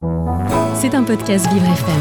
C'est un podcast Vivre FM.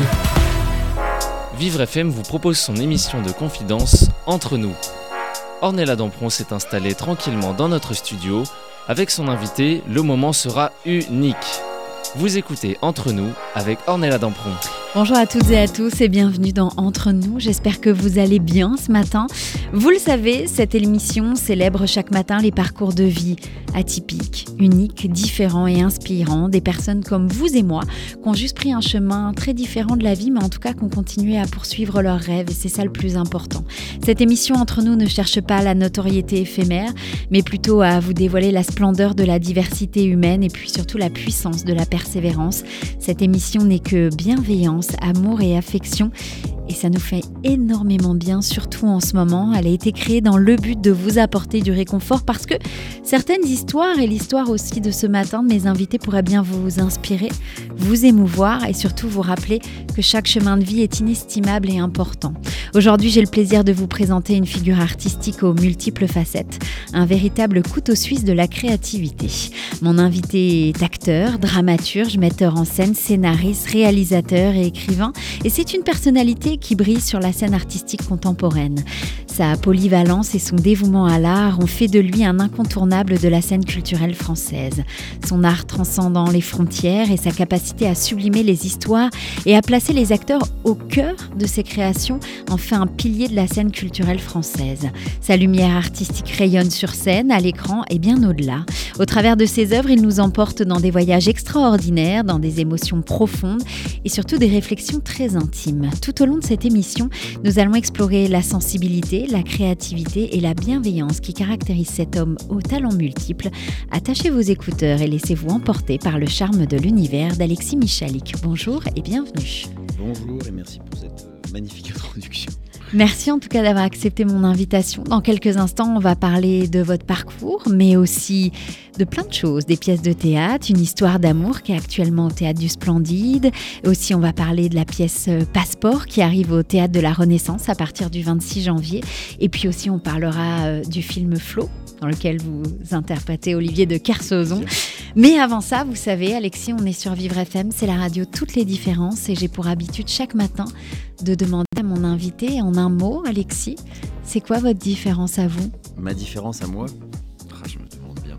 Vivre FM vous propose son émission de confidence Entre nous. Ornella Dampron s'est installée tranquillement dans notre studio. Avec son invité, le moment sera unique. Vous écoutez Entre nous avec Ornella Dampron. Bonjour à toutes et à tous et bienvenue dans Entre nous. J'espère que vous allez bien ce matin. Vous le savez, cette émission célèbre chaque matin les parcours de vie atypiques, uniques, différents et inspirants. Des personnes comme vous et moi qui ont juste pris un chemin très différent de la vie, mais en tout cas qui ont continué à poursuivre leurs rêves et c'est ça le plus important. Cette émission Entre nous ne cherche pas la notoriété éphémère, mais plutôt à vous dévoiler la splendeur de la diversité humaine et puis surtout la puissance de la persévérance. Cette émission n'est que bienveillance, amour et affection. Et ça nous fait énormément bien, surtout en ce moment. Elle a été créée dans le but de vous apporter du réconfort parce que certaines histoires et l'histoire aussi de ce matin de mes invités pourraient bien vous inspirer, vous émouvoir et surtout vous rappeler que chaque chemin de vie est inestimable et important. Aujourd'hui, j'ai le plaisir de vous présenter une figure artistique aux multiples facettes, un véritable couteau suisse de la créativité. Mon invité est acteur, dramaturge, metteur en scène, scénariste, réalisateur et écrivain. Et c'est une personnalité qui brille sur la scène artistique contemporaine. Sa polyvalence et son dévouement à l'art ont fait de lui un incontournable de la scène culturelle française. Son art transcendant les frontières et sa capacité à sublimer les histoires et à placer les acteurs au cœur de ses créations en fait un pilier de la scène culturelle française. Sa lumière artistique rayonne sur scène, à l'écran et bien au-delà. Au travers de ses œuvres, il nous emporte dans des voyages extraordinaires, dans des émotions profondes et surtout des réflexions très intimes. Tout au long de cette émission, nous allons explorer la sensibilité, la créativité et la bienveillance qui caractérisent cet homme aux talents multiples. Attachez vos écouteurs et laissez-vous emporter par le charme de l'univers d'Alexis Michalik. Bonjour et bienvenue. Bonjour et merci pour cette magnifique introduction. Merci en tout cas d'avoir accepté mon invitation. Dans quelques instants, on va parler de votre parcours, mais aussi de plein de choses, des pièces de théâtre, une histoire d'amour qui est actuellement au Théâtre du Splendide. Aussi, on va parler de la pièce Passeport qui arrive au Théâtre de la Renaissance à partir du 26 janvier. Et puis aussi, on parlera du film Flo, dans lequel vous interprétez Olivier de Kersauzon. Mais avant ça, vous savez, Alexis, on est sur Vivre FM, c'est la radio Toutes les différences et j'ai pour habitude chaque matin de demander à mon invité en un mot, Alexis, c'est quoi votre différence à vous ? Ma différence à moi ? Je me demande bien.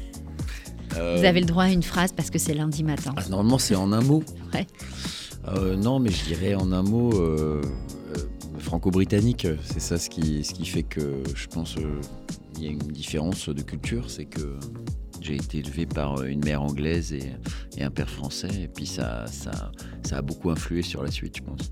Vous avez le droit à une phrase parce que c'est lundi matin. Normalement, c'est en un mot. Ouais. Non, mais je dirais en un mot franco-britannique. C'est ça ce qui fait que je pense il y a une différence de culture, c'est que j'ai été élevé par une mère anglaise et un père français, et puis ça a beaucoup influé sur la suite, je pense.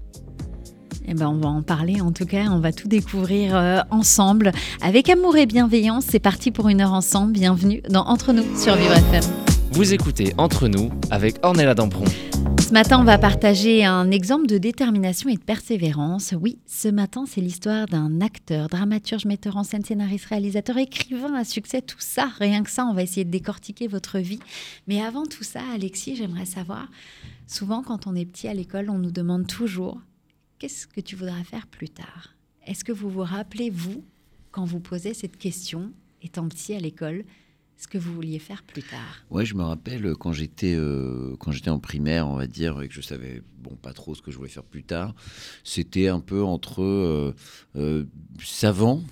Eh ben, on va en parler, en tout cas, on va tout découvrir ensemble. Avec amour et bienveillance, c'est parti pour une heure ensemble. Bienvenue dans Entre nous sur Vivre FM. Vous écoutez Entre nous avec Ornella Dampron. Ce matin, on va partager un exemple de détermination et de persévérance. Oui, ce matin, c'est l'histoire d'un acteur, dramaturge, metteur en scène, scénariste, réalisateur, écrivain à succès. Tout ça, rien que ça, on va essayer de décortiquer votre vie. Mais avant tout ça, Alexis, j'aimerais savoir, souvent quand on est petit à l'école, on nous demande toujours « Qu'est-ce que tu voudras faire plus tard ?» Est-ce que vous vous rappelez, vous, quand vous posez cette question, étant petit à l'école, ce que vous vouliez faire plus tard? Ouais, je me rappelle quand j'étais en primaire, on va dire, et que je savais pas trop ce que je voulais faire plus tard. C'était un peu entre savant,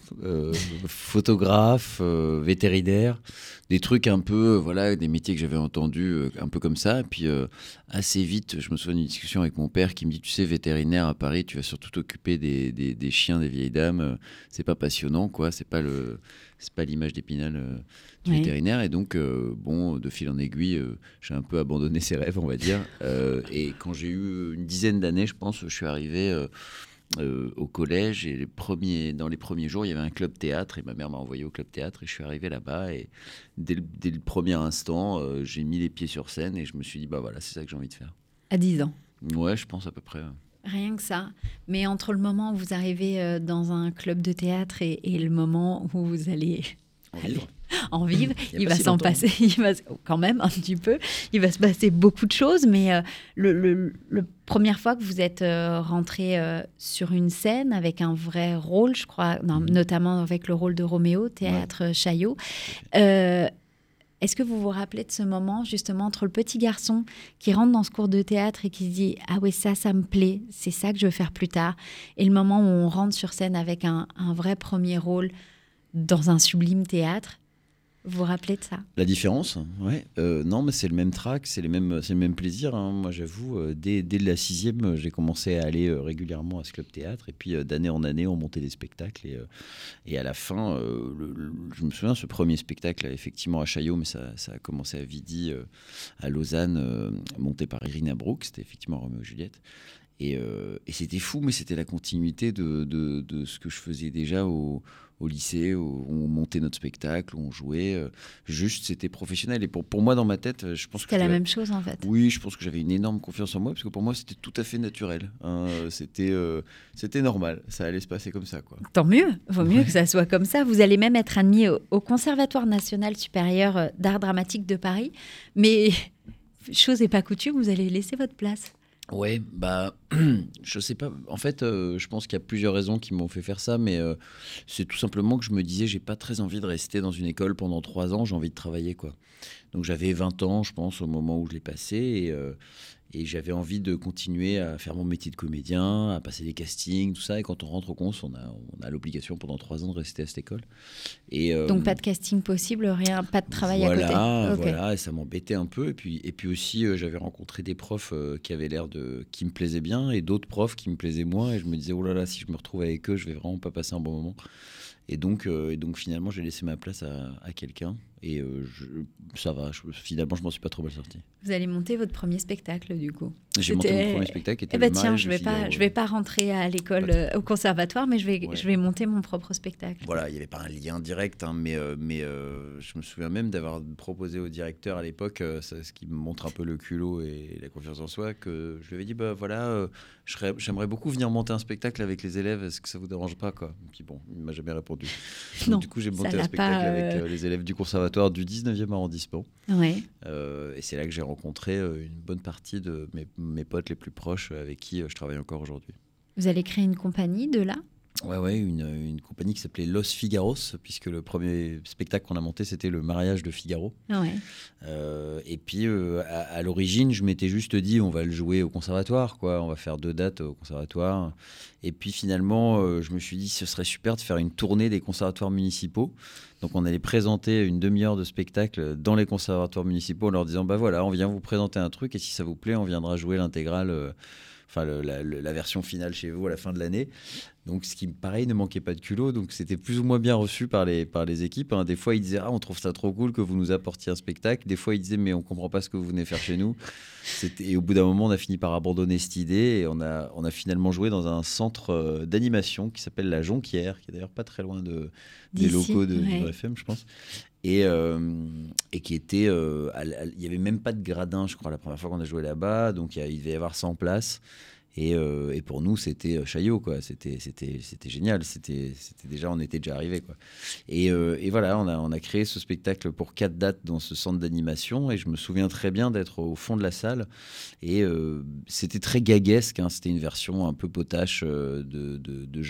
photographe, vétérinaire, des trucs un peu, des métiers que j'avais entendus un peu comme ça. Et puis assez vite, je me souviens d'une discussion avec mon père qui me dit, tu sais, vétérinaire à Paris, tu vas surtout t'occuper des chiens, des vieilles dames. C'est pas passionnant, quoi. C'est pas l'image d'Épinal du vétérinaire. Et donc, de fil en aiguille, j'ai un peu abandonné ses rêves, on va dire. Et quand j'ai eu une dizaine d'années, je pense, je suis arrivé au collège et dans les premiers jours, il y avait un club théâtre et ma mère m'a envoyé au club théâtre et je suis arrivé là-bas et dès le premier instant, j'ai mis les pieds sur scène et je me suis dit, c'est ça que j'ai envie de faire. À 10 ans? Ouais, je pense à peu près. Rien que ça. Mais entre le moment où vous arrivez dans un club de théâtre et le moment où vous allez en vivre, il va s'en passer, quand même un petit peu, il va se passer beaucoup de choses, mais le première fois que vous êtes rentré sur une scène avec un vrai rôle, je crois, notamment avec le rôle de Roméo, théâtre Chaillot, Est-ce que vous vous rappelez de ce moment, justement, entre le petit garçon qui rentre dans ce cours de théâtre et qui se dit « Ah oui, ça me plaît, c'est ça que je veux faire plus tard », et le moment où on rentre sur scène avec un vrai premier rôle dans un sublime théâtre? Vous vous rappelez de ça? La différence, ouais. Non, mais c'est le même track, c'est le même plaisir. Hein. Moi, j'avoue, dès la 6e, j'ai commencé à aller régulièrement à ce club théâtre. Et puis, d'année en année, on montait des spectacles. Et à la fin, je me souviens, ce premier spectacle, effectivement, à Chaillot, mais ça a commencé à Vidy, à Lausanne, monté par Irina Brooks. C'était effectivement Roméo et Juliette. Et c'était fou, mais c'était la continuité de ce que je faisais déjà au lycée, où on montait notre spectacle, où on jouait. Juste, c'était professionnel. Et pour moi, dans ma tête, je pense que... C'était la même chose, en fait. Oui, je pense que j'avais une énorme confiance en moi, parce que pour moi, c'était tout à fait naturel. Hein. C'était normal. Ça allait se passer comme ça, quoi. Tant mieux. Vaut mieux que ça soit comme ça. Vous allez même être admis au Conservatoire national supérieur d'art dramatique de Paris. Mais, chose n'est pas coutume, vous allez laisser votre place. Ouais, je sais pas. En fait, je pense qu'il y a plusieurs raisons qui m'ont fait faire ça, mais c'est tout simplement que je me disais, j'ai pas très envie de rester dans une école pendant 3 ans, j'ai envie de travailler, quoi. Donc j'avais 20 ans, je pense, au moment où je l'ai passé, et j'avais envie de continuer à faire mon métier de comédien, à passer des castings, tout ça. Et quand on rentre au cons, on a l'obligation pendant 3 ans de rester à cette école. Donc pas de casting possible, rien, pas de travail à côté. Voilà, et ça m'embêtait un peu. Et puis aussi, j'avais rencontré des profs qui avaient l'air qui me plaisaient bien, et d'autres profs qui me plaisaient moins. Et je me disais, oh là là, si je me retrouve avec eux, je vais vraiment pas passer un bon moment. Et donc finalement, j'ai laissé ma place à quelqu'un. Et ça va, finalement, je m'en suis pas trop mal sorti. Vous allez monter votre premier spectacle, du coup. J'ai monté mon premier spectacle. Tiens, je vais pas rentrer à l'école, au conservatoire, mais je vais monter mon propre spectacle. Voilà, il n'y avait pas un lien direct, hein, mais je me souviens même d'avoir proposé au directeur à l'époque, ce qui me montre un peu le culot et la confiance en soi, que je lui avais dit, j'aimerais beaucoup venir monter un spectacle avec les élèves, est-ce que ça vous dérange pas, quoi? Et puis bon, il m'a jamais répondu. Donc, non, du coup, j'ai monté un spectacle avec les élèves du conservatoire du 19e arrondissement. Ouais. Et c'est là que j'ai rencontré une bonne partie de mes potes les plus proches avec qui je travaille encore aujourd'hui. Vous allez créer une compagnie de là? Ouais, une compagnie qui s'appelait Los Figaros, puisque le premier spectacle qu'on a monté, c'était le mariage de Figaro. Ouais. Et puis, à l'origine, je m'étais juste dit, on va le jouer au conservatoire, quoi. On va faire 2 dates au conservatoire. Et puis, finalement, je me suis dit, ce serait super de faire une tournée des conservatoires municipaux. Donc, on allait présenter une demi-heure de spectacle dans les conservatoires municipaux en leur disant, voilà, on vient vous présenter un truc, et si ça vous plaît, on viendra jouer l'intégrale... la version finale chez vous à la fin de l'année. Donc, ce qui, pareil, ne manquait pas de culot. Donc, c'était plus ou moins bien reçu par les équipes. Hein. Des fois, ils disaient « Ah, on trouve ça trop cool que vous nous apportiez un spectacle. » Des fois, ils disaient « Mais on comprend pas ce que vous venez faire chez nous. » Et au bout d'un moment, on a fini par abandonner cette idée. Et on a finalement joué dans un centre d'animation qui s'appelle La Jonquière, qui est d'ailleurs pas très loin des locaux de Vivre FM, je pense. Et qui était... il n'y avait même pas de gradin, je crois, la première fois qu'on a joué là-bas. Donc, il devait y avoir 100 places. Et pour nous, c'était Chaillot, quoi. C'était génial. C'était déjà, on était déjà arrivés, quoi. Et voilà, on a créé ce spectacle pour 4 dates dans ce centre d'animation. Et je me souviens très bien d'être au fond de la salle. Et c'était très gaguesque. Hein. C'était une version un peu potache de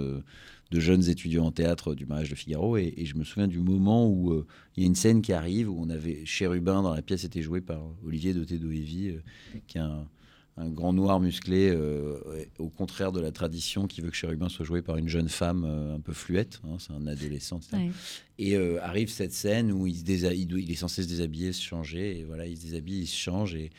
jeunes étudiants en théâtre du mariage de Figaro. Et je me souviens du moment où il y a une scène qui arrive, où on avait Chérubin dans la pièce, était joué par Olivier de Tedoévi, qui est un grand noir musclé, au contraire de la tradition qui veut que Chérubin soit joué par une jeune femme un peu fluette, hein, c'est un adolescent, etc. Ouais. Et arrive cette scène où il est censé se déshabiller, se changer, et voilà, il se déshabille, il se change, et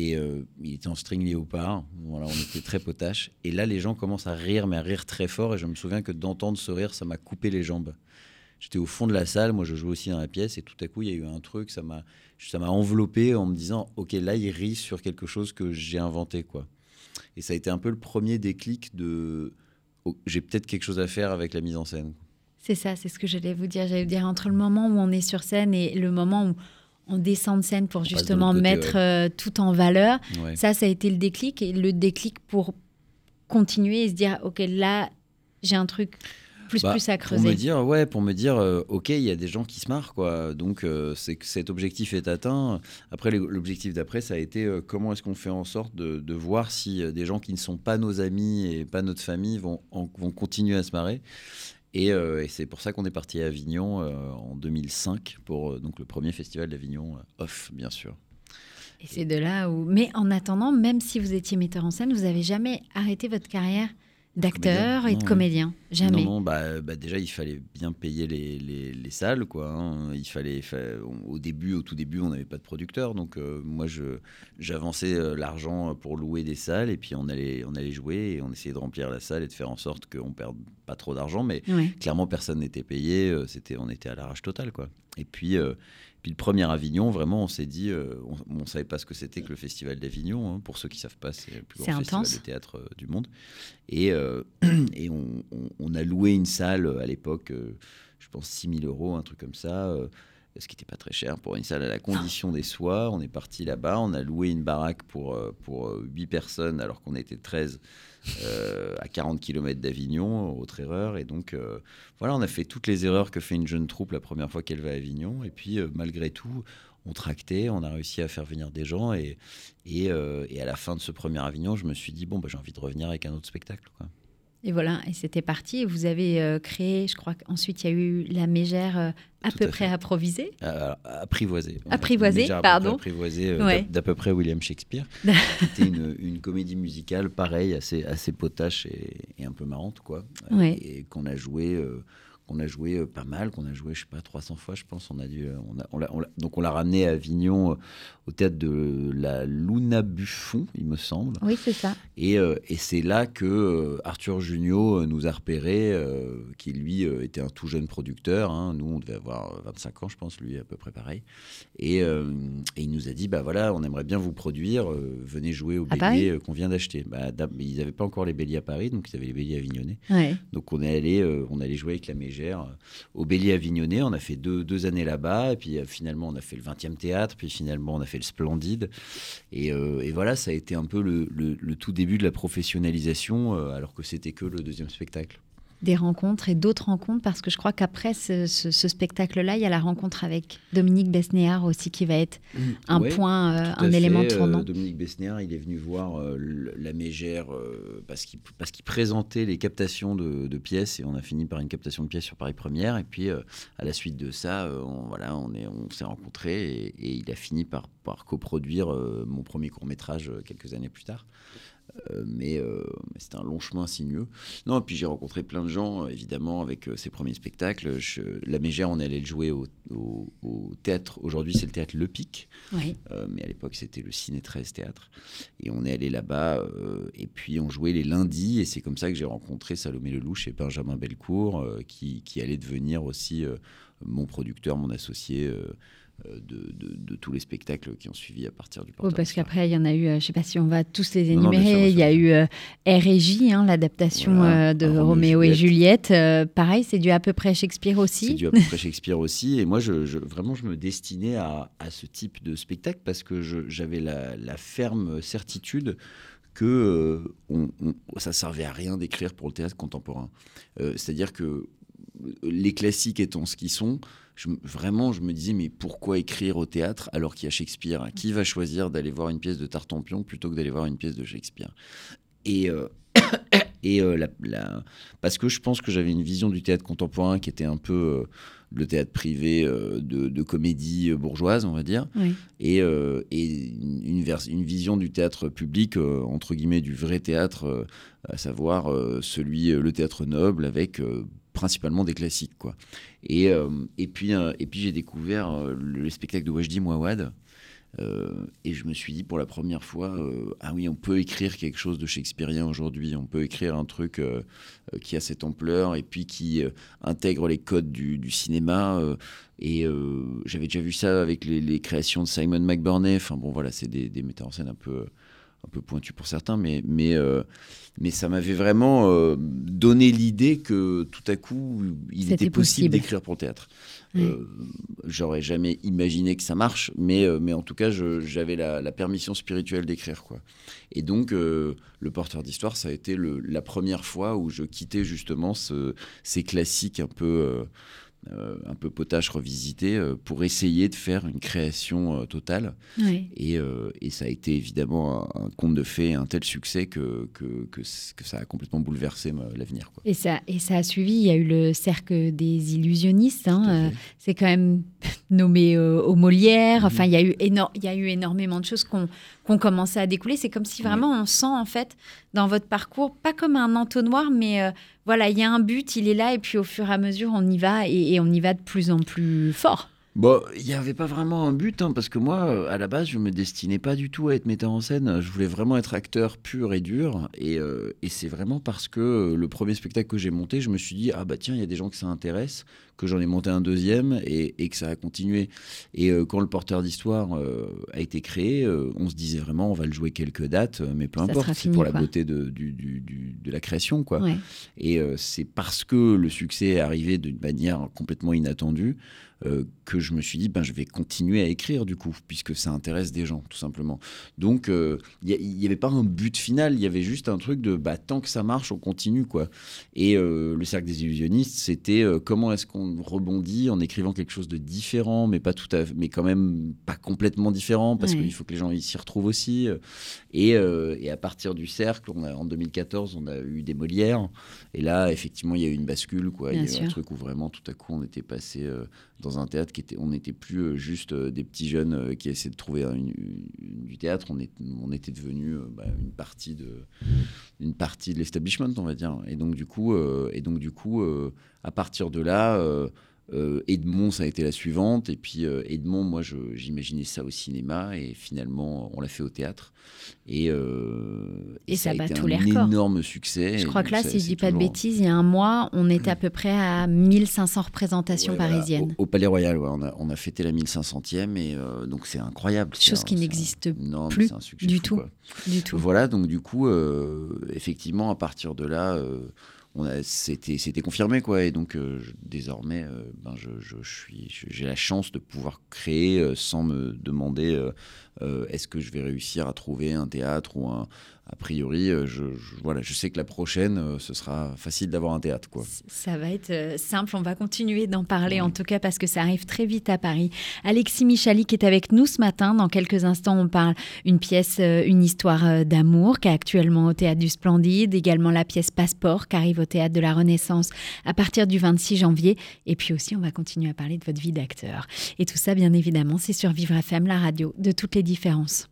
il était en string léopard, voilà, on était très potache. Et là, les gens commencent à rire, mais à rire très fort, et je me souviens que d'entendre ce rire, ça m'a coupé les jambes. J'étais au fond de la salle, moi je jouais aussi dans la pièce, et tout à coup il y a eu un truc, ça m'a enveloppé en me disant ok, là il rit sur quelque chose que j'ai inventé, quoi. Et ça a été un peu le premier déclic de j'ai peut-être quelque chose à faire avec la mise en scène. C'est ça, c'est ce que j'allais vous dire. J'allais vous dire, entre le moment où on est sur scène et le moment où on descend de scène pour justement mettre tout en valeur, ça a été le déclic, et le déclic pour continuer et se dire ok, là j'ai un truc plus à creuser. Pour me dire ok, il y a des gens qui se marrent, quoi. Donc c'est que cet objectif est atteint. Après, l'objectif d'après, ça a été comment est-ce qu'on fait en sorte de voir si des gens qui ne sont pas nos amis et pas notre famille vont continuer à se marrer. Et c'est pour ça qu'on est parti à Avignon en 2005 pour donc le premier festival d'Avignon off, bien sûr. Et c'est de là où... Mais en attendant, même si vous étiez metteur en scène, vous n'avez jamais arrêté votre carrière d'acteur et de comédien? Jamais. Non, déjà, il fallait bien payer les salles, quoi. Hein. Au tout début, on n'avait pas de producteur. Donc, moi, j'avançais l'argent pour louer des salles. Et puis, on allait jouer et on essayait de remplir la salle et de faire en sorte qu'on ne perde pas trop d'argent. Mais clairement, personne n'était payé. On était à l'arrache totale, quoi. Et puis le premier Avignon, vraiment, on s'est dit, on ne savait pas ce que c'était que le Festival d'Avignon. Hein. Pour ceux qui ne savent pas, c'est le plus grand festival de théâtre du monde. Et on a loué une salle à l'époque, je pense 6 000 €, un truc comme ça, ce qui n'était pas très cher pour une salle à la Condition des Soies. On est parti là-bas, on a loué une baraque pour 8 personnes alors qu'on était 13 à 40 km d'Avignon, autre erreur. Et donc, voilà, on a fait toutes les erreurs que fait une jeune troupe la première fois qu'elle va à Avignon. Et puis, malgré tout, on tractait, on a réussi à faire venir des gens. Et à la fin de ce premier Avignon, je me suis dit, j'ai envie de revenir avec un autre spectacle, quoi. Et voilà, et c'était parti. Et vous avez créé, je crois qu'ensuite, il y a eu La Mégère à peu près improvisée. Apprivoisée. Apprivoisée, pardon. Apprivoisée d'à peu près William Shakespeare. C'était une comédie musicale, pareil, assez potache et un peu marrante, quoi. Et qu'on a joué... pas mal, qu'on a joué, je sais pas, 300 fois, je pense. Donc on l'a ramené à Avignon au théâtre de la Luna Buffon, il me semble. Oui, c'est ça. Et c'est là que Arthur Junio nous a repéré, qui lui était un tout jeune producteur. Hein. Nous, on devait avoir 25 ans, je pense, lui à peu près pareil. Et il nous a dit, voilà, on aimerait bien vous produire, venez jouer au Bélier qu'on vient d'acheter. Ils n'avaient pas encore les Béliers à Paris, donc ils avaient les Béliers avignonnais. Ouais. Donc on est allé jouer avec la Mégère au Bélier avignonnais. On a fait deux années là-bas, et puis finalement on a fait le 20e théâtre, puis finalement on a fait le Splendide, et voilà, ça a été un peu le tout début de la professionnalisation, alors que c'était que le deuxième spectacle. Des rencontres et d'autres rencontres, parce que je crois qu'après ce spectacle-là, il y a la rencontre avec Dominique Besnéard aussi qui va être un élément tournant. Dominique Besnéard, il est venu voir la Mégère parce qu'il présentait les captations de pièces, et on a fini par une captation de pièces sur Paris Première. Et puis à la suite de ça, on s'est rencontrés, et il a fini par coproduire mon premier court-métrage quelques années plus tard. Mais c'était un long chemin sinueux. Non, et puis j'ai rencontré plein de gens, évidemment, avec ses premiers spectacles. La Mégère, on allait le jouer au théâtre. Aujourd'hui, c'est le théâtre Le Pic. Oui. Mais à l'époque, c'était le Ciné 13 Théâtre. Et on est allé là-bas, et puis on jouait les lundis. Et c'est comme ça que j'ai rencontré Salomé Lelouch et Benjamin Bellecourt, qui allait devenir aussi mon producteur, mon associé. De tous les spectacles qui ont suivi à partir du Porteur. Parce qu'après, il y en a eu, je ne sais pas si on va tous les énumérer, il y a eu R&J, l'adaptation de Roméo et Juliette. Pareil, c'est dû à peu près Shakespeare aussi. C'est dû à peu près Shakespeare aussi. Et moi, je me destinais à ce type de spectacle parce que j'avais la ferme certitude que ça ne servait à rien d'écrire pour le théâtre contemporain. C'est-à-dire que les classiques étant ce qu'ils sont, je me disais, mais pourquoi écrire au théâtre alors qu'il y a Shakespeare? Qui va choisir d'aller voir une pièce de Tartampion plutôt que d'aller voir une pièce de Shakespeare? Parce que je pense que j'avais une vision du théâtre contemporain qui était un peu le théâtre privé de comédie bourgeoise, on va dire, oui. Et une vision du théâtre public, entre guillemets, du vrai théâtre, à savoir le théâtre noble avec... principalement des classiques, quoi. Et puis j'ai découvert le spectacle de Wajdi Mouawad, et je me suis dit pour la première fois, ah oui, on peut écrire quelque chose de shakespearien aujourd'hui, on peut écrire un truc qui a cette ampleur et puis qui intègre les codes du cinéma. J'avais déjà vu ça avec les créations de Simon McBurney. Enfin bon, voilà, c'est des metteurs en scène un peu pointu pour certains, mais ça m'avait vraiment donné l'idée que tout à coup, il était possible d'écrire pour le théâtre. Oui. J'aurais jamais imaginé que ça marche, mais en tout cas, j'avais la permission spirituelle d'écrire, quoi. Et donc, le Porteur d'Histoire, ça a été la première fois où je quittais justement ces classiques un peu un peu potache revisité, pour essayer de faire une création totale. Oui. Et ça a été évidemment un conte de fées, un tel succès que ça a complètement bouleversé l'avenir, quoi. Et ça a suivi, il y a eu le cercle des illusionnistes, c'est quand même nommé au Molière, enfin il y a eu énormément de choses qu'on commençait à découler. C'est comme si vraiment on sent en fait dans votre parcours, pas comme un entonnoir, mais voilà, il y a un but, il est là, et puis au fur et à mesure on y va, et on y va de plus en plus fort. Bon, il n'y avait pas vraiment un but, parce que moi, à la base, je ne me destinais pas du tout à être metteur en scène. Je voulais vraiment être acteur pur et dur. Et c'est vraiment parce que le premier spectacle que j'ai monté, je me suis dit, ah bah tiens, il y a des gens que ça intéresse, que j'en ai monté un deuxième et que ça a continué. Et quand le porteur d'histoire a été créé, on se disait vraiment, on va le jouer quelques dates, mais peu importe, c'est pour la beauté de la création, quoi. Ouais. Et c'est parce que le succès est arrivé d'une manière complètement inattendue que je me suis dit, je vais continuer à écrire du coup, puisque ça intéresse des gens, tout simplement. Donc, il n'y avait pas un but final, il y avait juste un truc de, tant que ça marche, on continue, quoi. Et le cercle des illusionnistes, c'était comment est-ce qu'on rebondit en écrivant quelque chose de différent, mais quand même pas complètement différent, parce qu'il faut que les gens s'y retrouvent aussi. Et à partir du cercle, en 2014, on a eu des Molières, et là, effectivement, il y a eu une bascule, quoi. Il y a eu un truc où vraiment, tout à coup, on était passé dans un théâtre on n'était plus juste des petits jeunes qui essaient de trouver du théâtre, on était devenu une partie de l'establishment, on va dire. Et donc du coup, à partir de là, Edmond, ça a été la suivante. Et puis Edmond, moi, j'imaginais ça au cinéma, et finalement, on l'a fait au théâtre. Et ça bat a été tous les un records. Énorme succès. Je crois que là, si je dis pas de bêtises, il y a un mois, on était à peu près à 1500 représentations parisiennes. Voilà, au Palais Royal, on a fêté la 1500e, et donc c'est incroyable. Chose qui n'existe plus du tout. Voilà, donc du coup, effectivement, à partir de là, c'était confirmé, quoi. Et donc désormais, j'ai la chance de pouvoir créer sans me demander est-ce que je vais réussir à trouver un théâtre ou un. A priori, je sais que la prochaine, ce sera facile d'avoir un théâtre, quoi. Ça va être simple, on va continuer d'en parler, en tout cas, parce que ça arrive très vite à Paris. Alexis Michalik est avec nous ce matin. Dans quelques instants, on parle une pièce, une histoire d'amour, qui est actuellement au Théâtre du Splendide. Également la pièce Passeport, qui arrive au Théâtre de la Renaissance à partir du 26 janvier. Et puis aussi, on va continuer à parler de votre vie d'acteur. Et tout ça, bien évidemment, c'est sur Vivre FM, la radio de toutes les différences.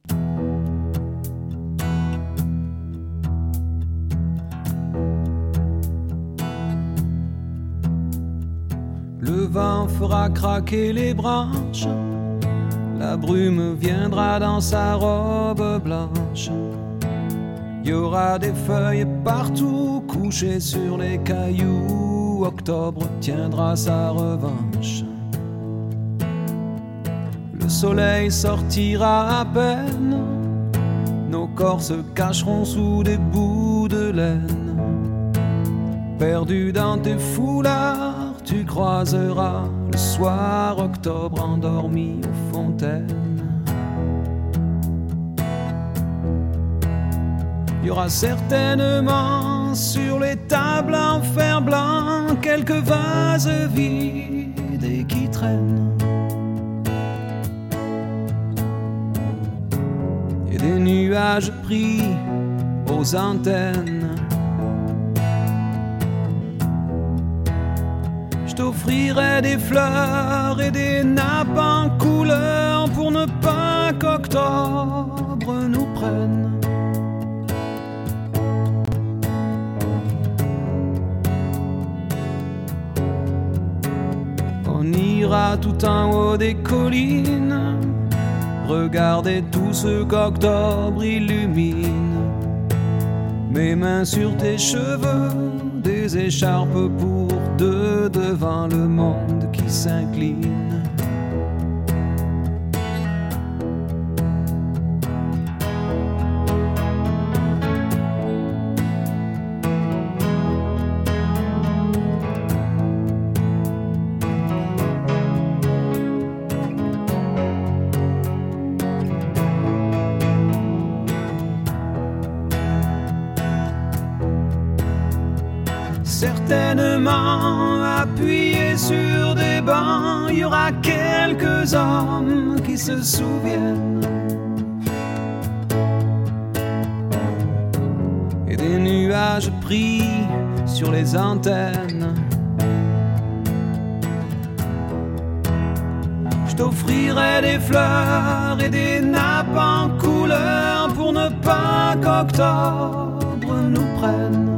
Le vent fera craquer les branches, la brume viendra dans sa robe blanche. Il y aura des feuilles partout couchées sur les cailloux. Octobre tiendra sa revanche. Le soleil sortira à peine, nos corps se cacheront sous des bouts de laine. Perdu dans tes foulards, tu croiseras le soir octobre endormi aux fontaines. Il y aura certainement sur les tables en fer blanc quelques vases vides et qui traînent. Et des nuages pris aux antennes. T'offrirai des fleurs et des nappes en couleur pour ne pas qu'octobre nous prenne. On ira tout en haut des collines, regarder tout ce qu'octobre illumine. Mes mains sur tes cheveux, des écharpes pour deux devant le monde qui s'incline. certainement appuyés sur des bancs, il y aura quelques hommes qui se souviennent. Et des nuages pris sur les antennes. Je t'offrirai des fleurs et des nappes en couleur pour ne pas qu'octobre nous prenne.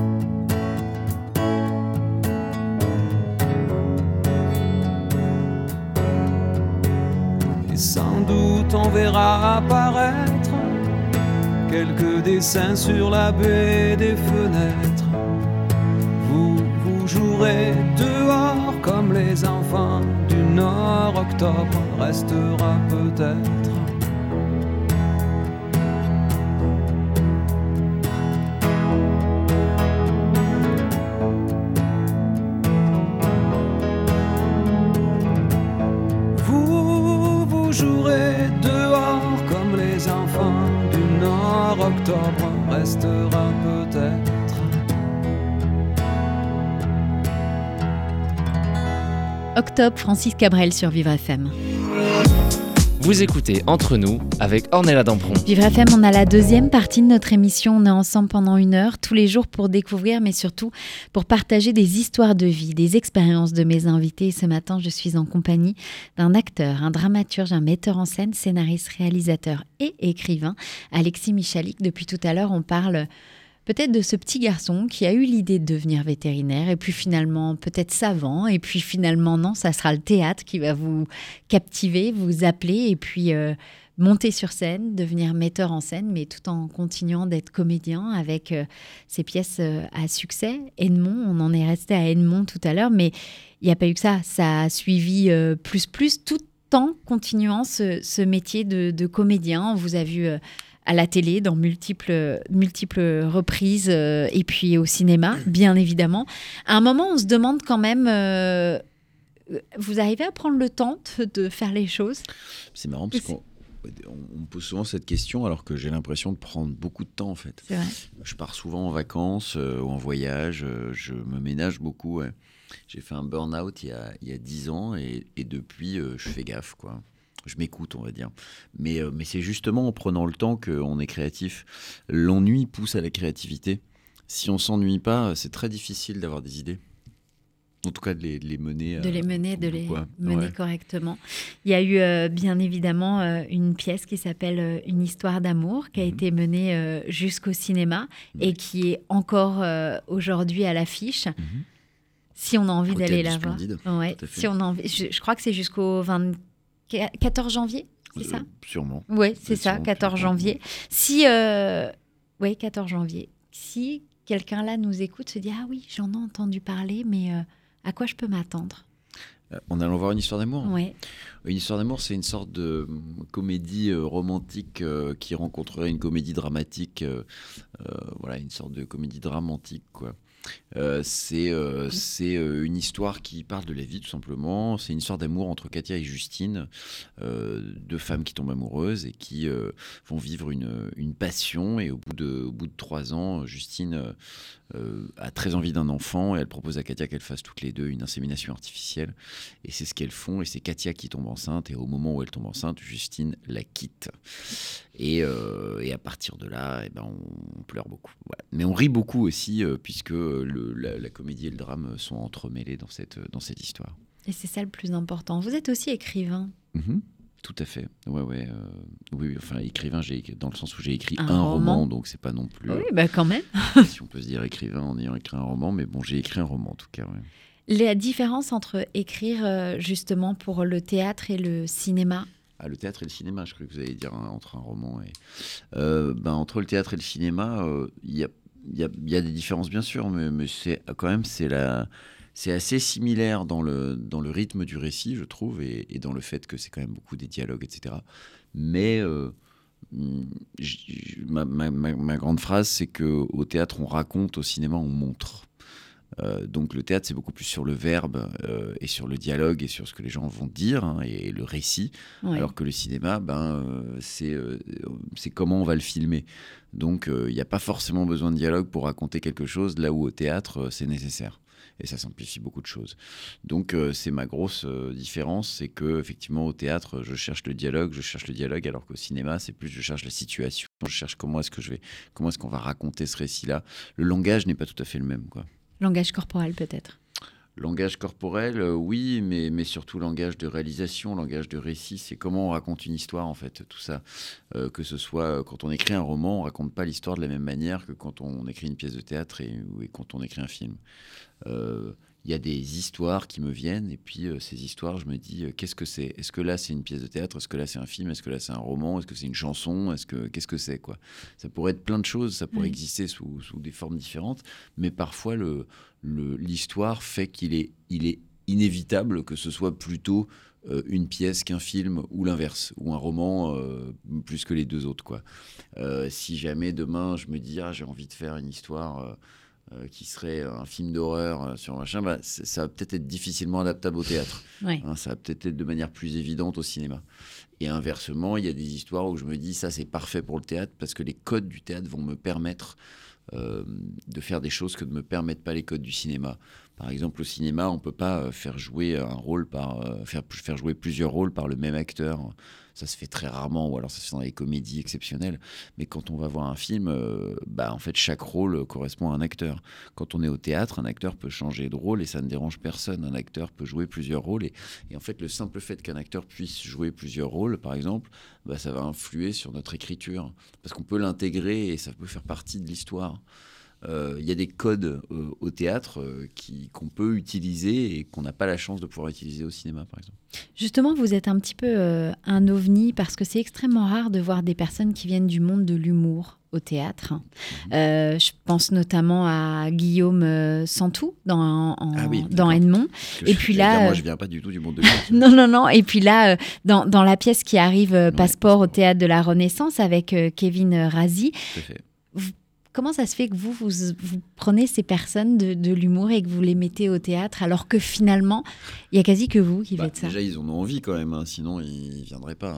Et sans doute on verra apparaître quelques dessins sur la baie des fenêtres. Vous jouerez dehors comme les enfants du Nord. Octobre restera peut-être. Vous jouerez dehors comme les enfants du Nord. Octobre restera peut-être. Octobre, Francis Cabrel sur Vivre FM. Vous écoutez Entre nous avec Ornella Dampron. Vivre FM, on a la deuxième partie de notre émission. On est ensemble pendant 1 heure, tous les jours pour découvrir, mais surtout pour partager des histoires de vie, des expériences de mes invités. Et ce matin, je suis en compagnie d'un acteur, un dramaturge, un metteur en scène, scénariste, réalisateur et écrivain, Alexis Michalik. Depuis tout à l'heure, on parle peut-être de ce petit garçon qui a eu l'idée de devenir vétérinaire et puis finalement peut-être savant et puis finalement non, ça sera le théâtre qui va vous captiver, vous appeler et puis monter sur scène, devenir metteur en scène, mais tout en continuant d'être comédien avec ses pièces à succès. Edmond, on en est resté à Edmond tout à l'heure, mais il n'y a pas eu que ça. Ça a suivi plus tout en continuant ce métier de comédien. On vous a vu à la télé, dans multiples reprises, et puis au cinéma, bien évidemment. À un moment, on se demande quand même, vous arrivez à prendre le temps de faire les choses ? C'est marrant parce qu'on me pose souvent cette question alors que j'ai l'impression de prendre beaucoup de temps en fait. C'est vrai. Je pars souvent en vacances ou en voyage, je me ménage beaucoup. Ouais. J'ai fait un burn-out il y a 10 ans et depuis, je fais gaffe, quoi. Je m'écoute, on va dire. Mais c'est justement en prenant le temps qu'on est créatif. L'ennui pousse à la créativité. Si on ne s'ennuie pas, c'est très difficile d'avoir des idées. En tout cas, de les mener. De les mener correctement. Il y a eu bien évidemment une pièce qui s'appelle Une histoire d'amour, qui a été menée jusqu'au cinéma et qui est encore aujourd'hui à l'affiche. Si on a envie d'aller la voir. Ouais. Si on a envie, je crois que c'est jusqu'au 14 janvier, c'est ça ? Sûrement. Oui, c'est ça, 14 janvier. Si, 14 janvier. Si quelqu'un là nous écoute, se dit « Ah oui, j'en ai entendu parler, mais à quoi je peux m'attendre ?» En allant voir Une histoire d'amour ? Oui. Une histoire d'amour, c'est une sorte de comédie romantique qui rencontrerait une comédie dramatique. Voilà, une sorte de comédie dramatique, quoi. C'est une histoire qui parle de la vie tout simplement. C'est une histoire d'amour entre Katia et Justine, 2 femmes qui tombent amoureuses et qui vont vivre une passion. Et au bout de 3 ans, Justine a très envie d'un enfant et elle propose à Katia qu'elles fassent toutes les deux une insémination artificielle. Et c'est ce qu'elles font et c'est Katia qui tombe enceinte et au moment où elle tombe enceinte, Justine la quitte. Et à partir de là, on pleure beaucoup. Voilà. Mais on rit beaucoup aussi puisque la comédie et le drame sont entremêlés dans cette histoire. Et c'est ça le plus important. Vous êtes aussi écrivain. Tout à fait. Oui, enfin écrivain, dans le sens où j'ai écrit un roman, donc c'est pas non plus. Oui, quand même. Si on peut se dire écrivain en ayant écrit un roman, mais bon, j'ai écrit un roman en tout cas. Ouais. La différence entre écrire justement pour le théâtre et le cinéma. Le théâtre et le cinéma, je crois que vous allez dire entre un roman et. Entre le théâtre et le cinéma, il y a des différences bien sûr, mais c'est quand même c'est assez similaire dans le rythme du récit, je trouve, et dans le fait que c'est quand même beaucoup des dialogues, etc. Mais ma grande phrase, c'est qu'au théâtre, on raconte, au cinéma, on montre. Donc le théâtre, c'est beaucoup plus sur le verbe et sur le dialogue et sur ce que les gens vont dire, hein, et le récit, alors que le cinéma, c'est comment on va le filmer. Donc il n'y a pas forcément besoin de dialogue pour raconter quelque chose, là où au théâtre, c'est nécessaire. Et ça simplifie beaucoup de choses. Donc c'est ma grosse différence, c'est que effectivement au théâtre, je cherche le dialogue, alors qu'au cinéma, c'est plus je cherche la situation, je cherche comment est-ce qu'on va raconter ce récit-là. Le langage n'est pas tout à fait le même, quoi. Langage corporel peut-être. Langage corporel, oui, mais surtout langage de réalisation, langage de récit, c'est comment on raconte une histoire, en fait, tout ça. Que ce soit quand on écrit un roman, on raconte pas l'histoire de la même manière que quand on écrit une pièce de théâtre et quand on écrit un film. Il y a des histoires qui me viennent, et puis ces histoires, je me dis, qu'est-ce que c'est ? Est-ce que là, c'est une pièce de théâtre ? Est-ce que là, c'est un film ? Est-ce que là, c'est un roman ? Est-ce que c'est une chanson ? Qu'est-ce que c'est, quoi ? Ça pourrait être plein de choses, ça pourrait exister sous des formes différentes, mais parfois, l'histoire fait qu'il est inévitable que ce soit plutôt une pièce qu'un film, ou l'inverse, ou un roman plus que les deux autres, quoi. Si jamais demain, je me dis, j'ai envie de faire une histoire... qui serait un film d'horreur sur machin, ça va peut-être être difficilement adaptable au théâtre. Ça va peut-être être de manière plus évidente au cinéma. Et inversement, il y a des histoires où je me dis, ça c'est parfait pour le théâtre, parce que les codes du théâtre vont me permettre de faire des choses que ne me permettent pas les codes du cinéma. Par exemple, au cinéma, on ne peut pas faire jouer faire jouer plusieurs rôles par le même acteur. Ça se fait très rarement, ou alors ça se fait dans les comédies exceptionnelles. Mais quand on va voir un film, en fait, chaque rôle correspond à un acteur. Quand on est au théâtre, un acteur peut changer de rôle et ça ne dérange personne. Un acteur peut jouer plusieurs rôles. Et en fait, le simple fait qu'un acteur puisse jouer plusieurs rôles, par exemple, ça va influer sur notre écriture. Parce qu'on peut l'intégrer et ça peut faire partie de l'histoire. Il y a des codes au théâtre qu'on peut utiliser et qu'on n'a pas la chance de pouvoir utiliser au cinéma, par exemple. Justement, vous êtes un petit peu un ovni, parce que c'est extrêmement rare de voir des personnes qui viennent du monde de l'humour au théâtre. Je pense notamment à Guillaume Santou dans Edmond. Et puis là, moi, je viens pas du tout du monde de Non. l'humour. Non. Et puis là, dans la pièce qui arrive, Passeport au théâtre de la Renaissance avec Kevin Razi. Tout à fait. Comment ça se fait que vous prenez ces personnes de l'humour et que vous les mettez au théâtre, alors que finalement, il n'y a quasi que vous qui faites ça ? Déjà, ils en ont envie quand même, sinon ils ne viendraient pas.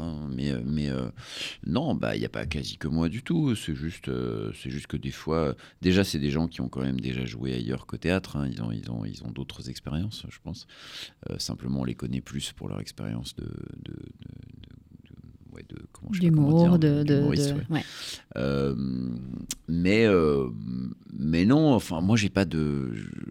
Non, il n'y a pas quasi que moi du tout. C'est juste que des fois, déjà, c'est des gens qui ont quand même déjà joué ailleurs qu'au théâtre. Ils ont d'autres expériences, je pense. Simplement, on les connaît plus pour leur expérience d'humour, mais non, enfin moi j'ai pas de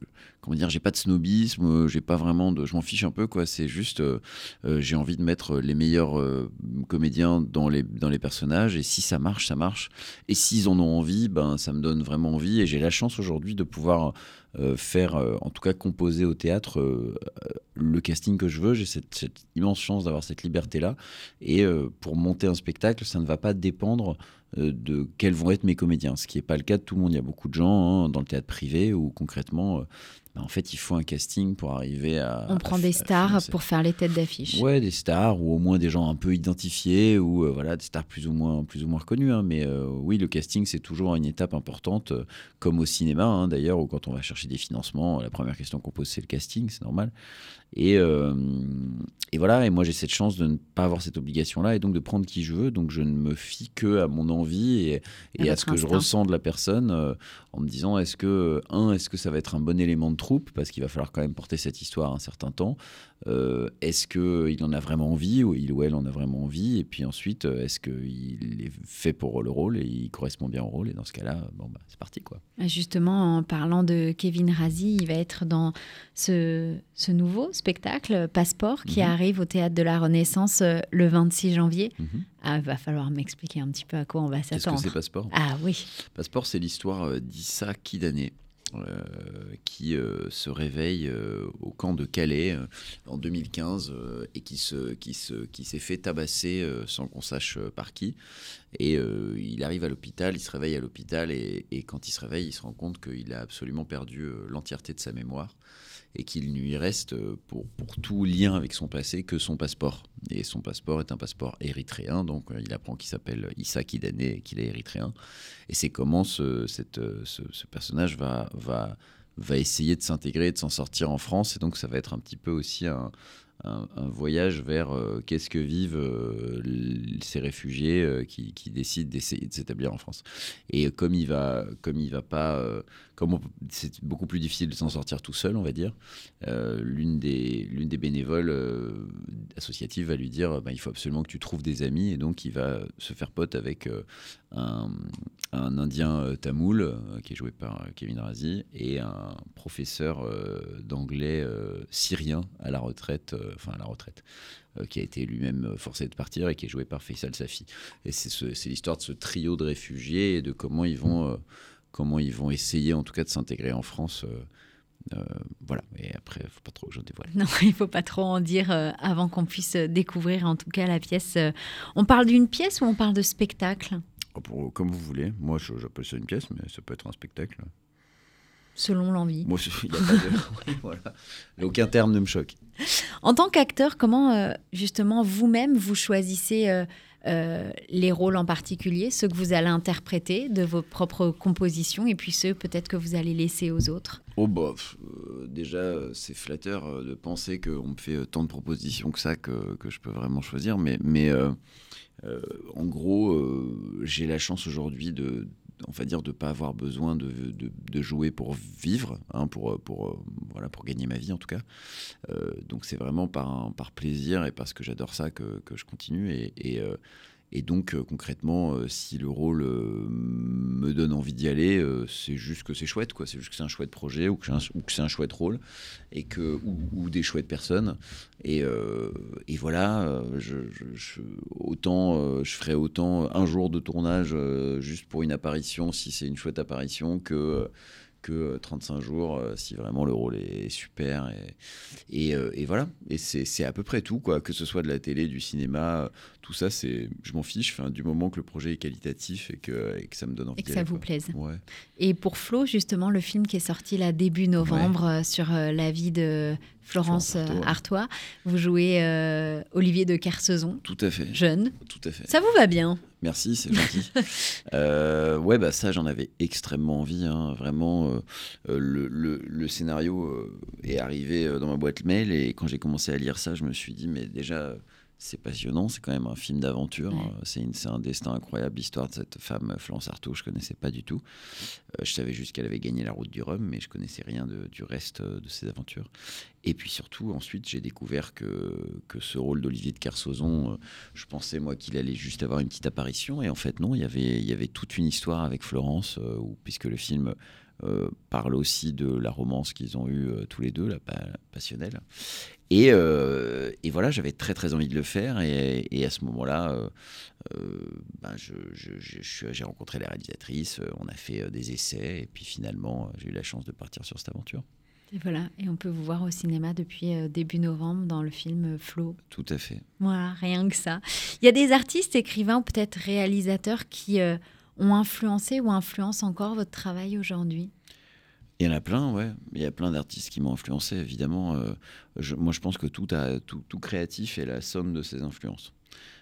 snobisme, j'ai pas vraiment je m'en fiche un peu, quoi. C'est juste j'ai envie de mettre les meilleurs comédiens dans les personnages, et si ça marche, ça marche, et s'ils en ont envie, ça me donne vraiment envie, et j'ai la chance aujourd'hui de pouvoir faire, en tout cas composer au théâtre le casting que je veux. J'ai cette immense chance d'avoir cette liberté-là, et pour monter un spectacle, ça ne va pas dépendre de quels vont être mes comédiens, ce qui n'est pas le cas de tout le monde. Il y a beaucoup de gens dans le théâtre privé où concrètement, en fait, il faut un casting pour arriver à... On prend des stars pour faire les têtes d'affiche. Ouais, des stars, ou au moins des gens un peu identifiés, ou des stars plus ou moins reconnues. Mais oui, le casting, c'est toujours une étape importante, comme au cinéma, d'ailleurs, où quand on va chercher des financements, la première question qu'on pose, c'est le casting, c'est normal. Et voilà, et moi j'ai cette chance de ne pas avoir cette obligation-là, et donc de prendre qui je veux. Donc je ne me fie que à mon envie et à ce que je ressens de la personne, en me disant est-ce que ça va être un bon élément de troupe, parce qu'il va falloir quand même porter cette histoire un certain temps. Est-ce qu'il en a vraiment envie, ou il ou elle en a vraiment envie, et puis ensuite est-ce qu'il est fait pour le rôle et il correspond bien au rôle, et dans ce cas-là, c'est parti, quoi. Justement, en parlant de Kevin Razi, il va être dans ce nouveau spectacle Passeport qui arrive au Théâtre de la Renaissance le 26 janvier. Va falloir m'expliquer un petit peu à quoi on va s'attendre. Qu'est-ce que c'est Passeport ? Ah oui. Passeport, c'est l'histoire d'Issa Kidane, qui se réveille au camp de Calais en 2015 et qui s'est fait tabasser sans qu'on sache par qui. Et il arrive à l'hôpital, il se réveille à l'hôpital, et quand il se réveille, il se rend compte qu'il a absolument perdu l'entièreté de sa mémoire, et qu'il ne lui reste pour tout lien avec son passé que son passeport. Et son passeport est un passeport érythréen, donc il apprend qu'il s'appelle Issa Kidane et qu'il est érythréen. Et c'est comment ce personnage va va essayer de s'intégrer et de s'en sortir en France. Et donc, ça va être un petit peu aussi un voyage vers qu'est-ce que vivent ces réfugiés qui décident d'essayer de s'établir en France. Et comme c'est beaucoup plus difficile de s'en sortir tout seul, on va dire, l'une des bénévoles associatives va lui dire il faut absolument que tu trouves des amis, et donc il va se faire pote avec un Indien tamoul qui est joué par Kevin Razi, et un professeur d'anglais syrien à la retraite, qui a été lui-même forcé de partir et qui est joué par Faisal Safi. Et c'est l'histoire de ce trio de réfugiés et de comment ils vont essayer en tout cas de s'intégrer en France. Voilà, et après, il ne faut pas trop que j'en dévoile. Non, il ne faut pas trop en dire avant qu'on puisse découvrir en tout cas la pièce. On parle d'une pièce ou on parle de spectacle ? Comme vous voulez. Moi, j'appelle ça une pièce, mais ça peut être un spectacle. Selon l'envie. Moi, il n'y a pas de... voilà. Aucun terme ne me choque. En tant qu'acteur, comment justement vous-même vous choisissez les rôles en particulier, ceux que vous allez interpréter de vos propres compositions, et puis ceux peut-être que vous allez laisser aux autres ? Déjà, c'est flatteur de penser qu'on me fait tant de propositions que ça que je peux vraiment choisir. Mais en gros, j'ai la chance aujourd'hui de pas avoir besoin de jouer pour vivre, pour gagner ma vie en tout cas. Donc c'est vraiment par plaisir et parce que j'adore ça que je continue. Et donc concrètement, si le rôle me donne envie d'y aller, c'est juste que c'est chouette, quoi. C'est juste que c'est un chouette projet ou que c'est un chouette rôle ou des chouettes personnes. Et voilà, je ferai autant un jour de tournage juste pour une apparition, si c'est une chouette apparition, que 35 jours si vraiment le rôle est super. Et voilà, et c'est à peu près tout, quoi. Que ce soit de la télé, du cinéma, tout ça, je m'en fiche, du moment que le projet est qualitatif et que ça me donne envie. Et que ça vous plaise. Ouais. Et pour Flo, justement, le film qui est sorti là début novembre sur la vie de Florence Artois, vous jouez Olivier de Kersauzon. Tout à fait. Jeune. Tout à fait. Ça vous va bien ? Merci, c'est gentil. Ça, j'en avais extrêmement envie. Vraiment, le scénario est arrivé dans ma boîte mail, et quand j'ai commencé à lire ça, je me suis dit, mais déjà, c'est passionnant, c'est quand même un film d'aventure. Ouais. C'est un destin incroyable, l'histoire de cette femme, Florence Artaud, je ne connaissais pas du tout. Je savais juste qu'elle avait gagné la route du Rhum, mais je ne connaissais rien du reste de ses aventures. Et puis surtout, ensuite, j'ai découvert que ce rôle d'Olivier de Kersauzon, je pensais, moi, qu'il allait juste avoir une petite apparition. Et en fait, non, il y avait toute une histoire avec Florence, puisque le film parle aussi de la romance qu'ils ont eue tous les deux, la passionnelle. Et voilà, j'avais très très envie de le faire, et à ce moment-là, j'ai rencontré la réalisatrice, on a fait des essais, et puis finalement, j'ai eu la chance de partir sur cette aventure. Et voilà, et on peut vous voir au cinéma depuis début novembre dans le film Flo. Tout à fait. Voilà, rien que ça. Il y a des artistes, écrivains ou peut-être réalisateurs qui ont influencé ou influencent encore votre travail aujourd'hui ? Il y en a plein, ouais. Il y a plein d'artistes qui m'ont influencé, évidemment. Moi, je pense que tout créatif est la somme de ses influences.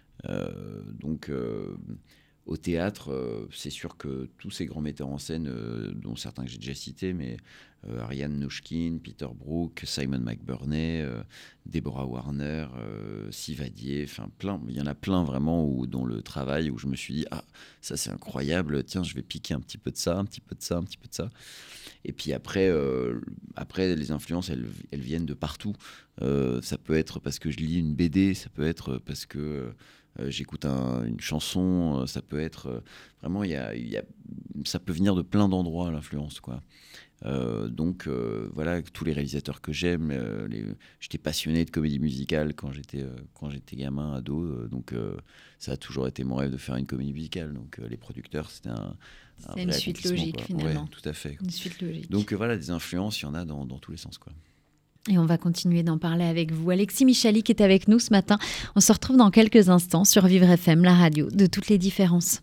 Au théâtre, c'est sûr que tous ces grands metteurs en scène, dont certains que j'ai déjà cités, mais Ariane Nouchkine, Peter Brook, Simon McBurney, Deborah Warner, Sivadier, il y en a plein vraiment dont le travail, où je me suis dit, ça c'est incroyable, tiens, je vais piquer un petit peu de ça, un petit peu de ça, un petit peu de ça. Et puis après les influences, elles viennent de partout. Ça peut être parce que je lis une BD, ça peut être parce que j'écoute une chanson, ça peut être vraiment, ça peut venir de plein d'endroits, l'influence, quoi. Voilà, tous les réalisateurs que j'aime, j'étais passionné de comédie musicale quand j'étais gamin, ado, donc ça a toujours été mon rêve de faire une comédie musicale, donc les producteurs, c'était c'est une suite logique, finalement. Ouais, tout à fait. Une suite logique. Donc voilà, des influences, il y en a dans tous les sens, quoi. Et on va continuer d'en parler avec vous. Alexis Michali qui est avec nous ce matin. On se retrouve dans quelques instants sur Vivre FM, la radio de toutes les différences.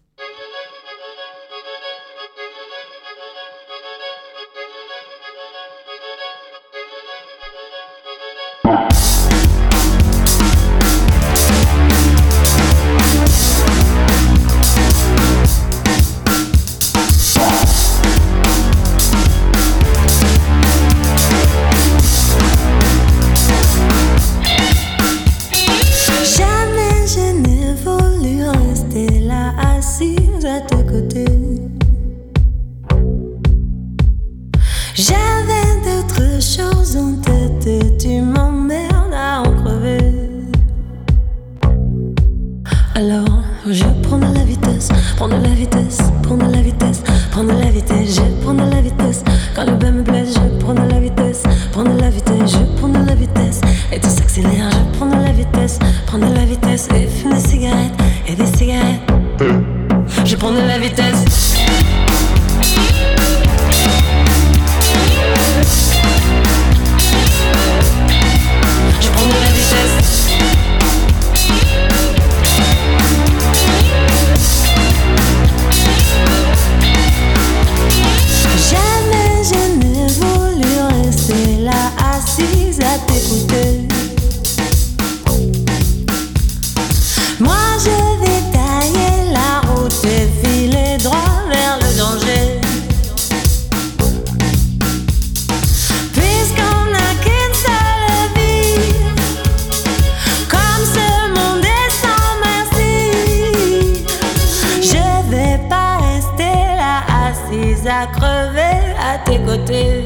J'avais d'autres choses en tête et tu m'emmerdes à en crever. Alors je prends de la vitesse, prends de la vitesse, prends de la vitesse, prends de la vitesse, je prends de la vitesse. Quand le bain me blesse, je prends de la vitesse, prends de la vitesse, je prends de la vitesse. Et tout s'accélère, je prends de la vitesse, prends de la vitesse. Et fume des cigarettes, et des cigarettes. Je prends de la vitesse. Je prends de la vitesse. Jamais je n'ai voulu rester là assise à t'écouter. Moi je vais tailler la route et filer droit vers le danger. Puisqu'on n'a qu'une seule vie, comme ce monde est sans merci, je vais pas rester là assise à crever à tes côtés.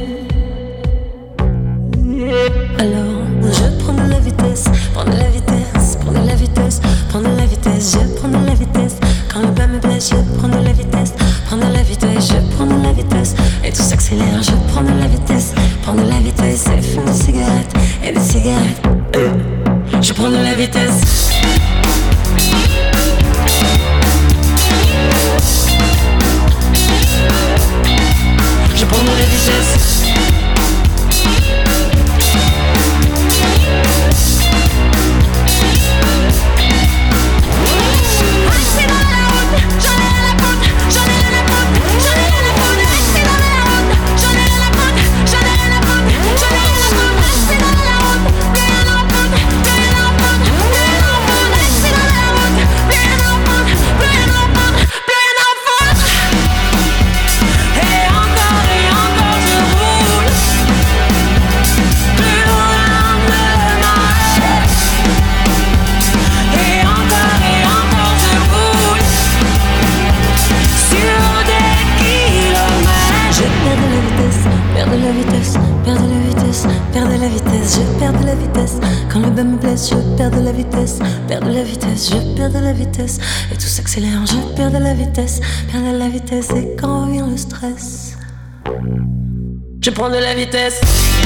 Alors je prends de la vitesse, prends de la vitesse, prends de la vitesse, prends de la vitesse, je prends de la vitesse. Quand le bas me blesse, je prends de la vitesse, prends de la vitesse, je prends de la vitesse. Et tout s'accélère, je prends de la vitesse, prends de la vitesse. Et fume des cigarettes, et des cigarettes. Je prends de la vitesse. Je prends de la vitesse. Je perds de la vitesse, perds de la vitesse, je perds de la vitesse. Et tout s'accélère, je perds de la vitesse, perds de la vitesse. Et quand vient le stress, je prends de la vitesse.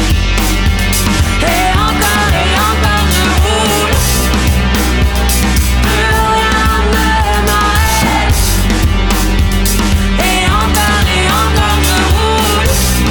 Et encore je roule. Plus rien ne m'arrête. Et encore je roule.